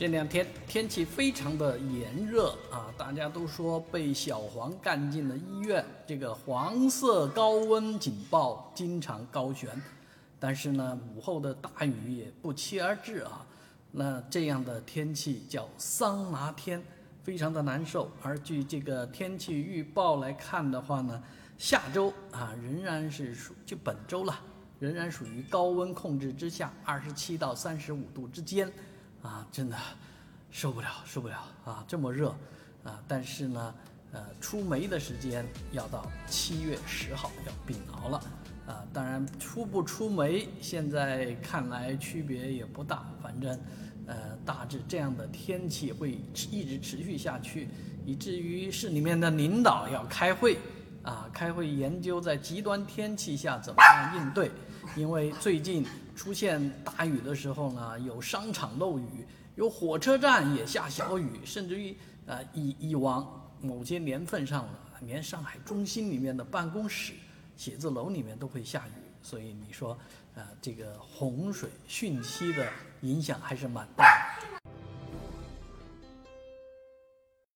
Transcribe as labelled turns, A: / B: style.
A: 这两天天气非常的炎热啊，大家都说被小黄干进了医院。这个黄色高温警报经常高悬，但是呢，午后的大雨也不期而至啊。那这样的天气叫桑拿天，非常的难受。而据这个天气预报来看的话呢，下周啊仍然是就本周了，仍然属于高温控制之下，27到35度之间。啊，真的受不了啊！这么热啊！但是呢，出梅的时间要到7月10号，要病熬了啊！当然，出不出梅，现在看来区别也不大，反正大致这样的天气会一直持续下去，以至于市里面的领导要开会啊，开会研究在极端天气下怎么样应对。因为最近出现大雨的时候呢，有商场漏雨，有火车站也下小雨，甚至于以往某些年份上了，连上海中心里面的办公室、写字楼里面都会下雨，所以你说这个洪水汛期的影响还是蛮大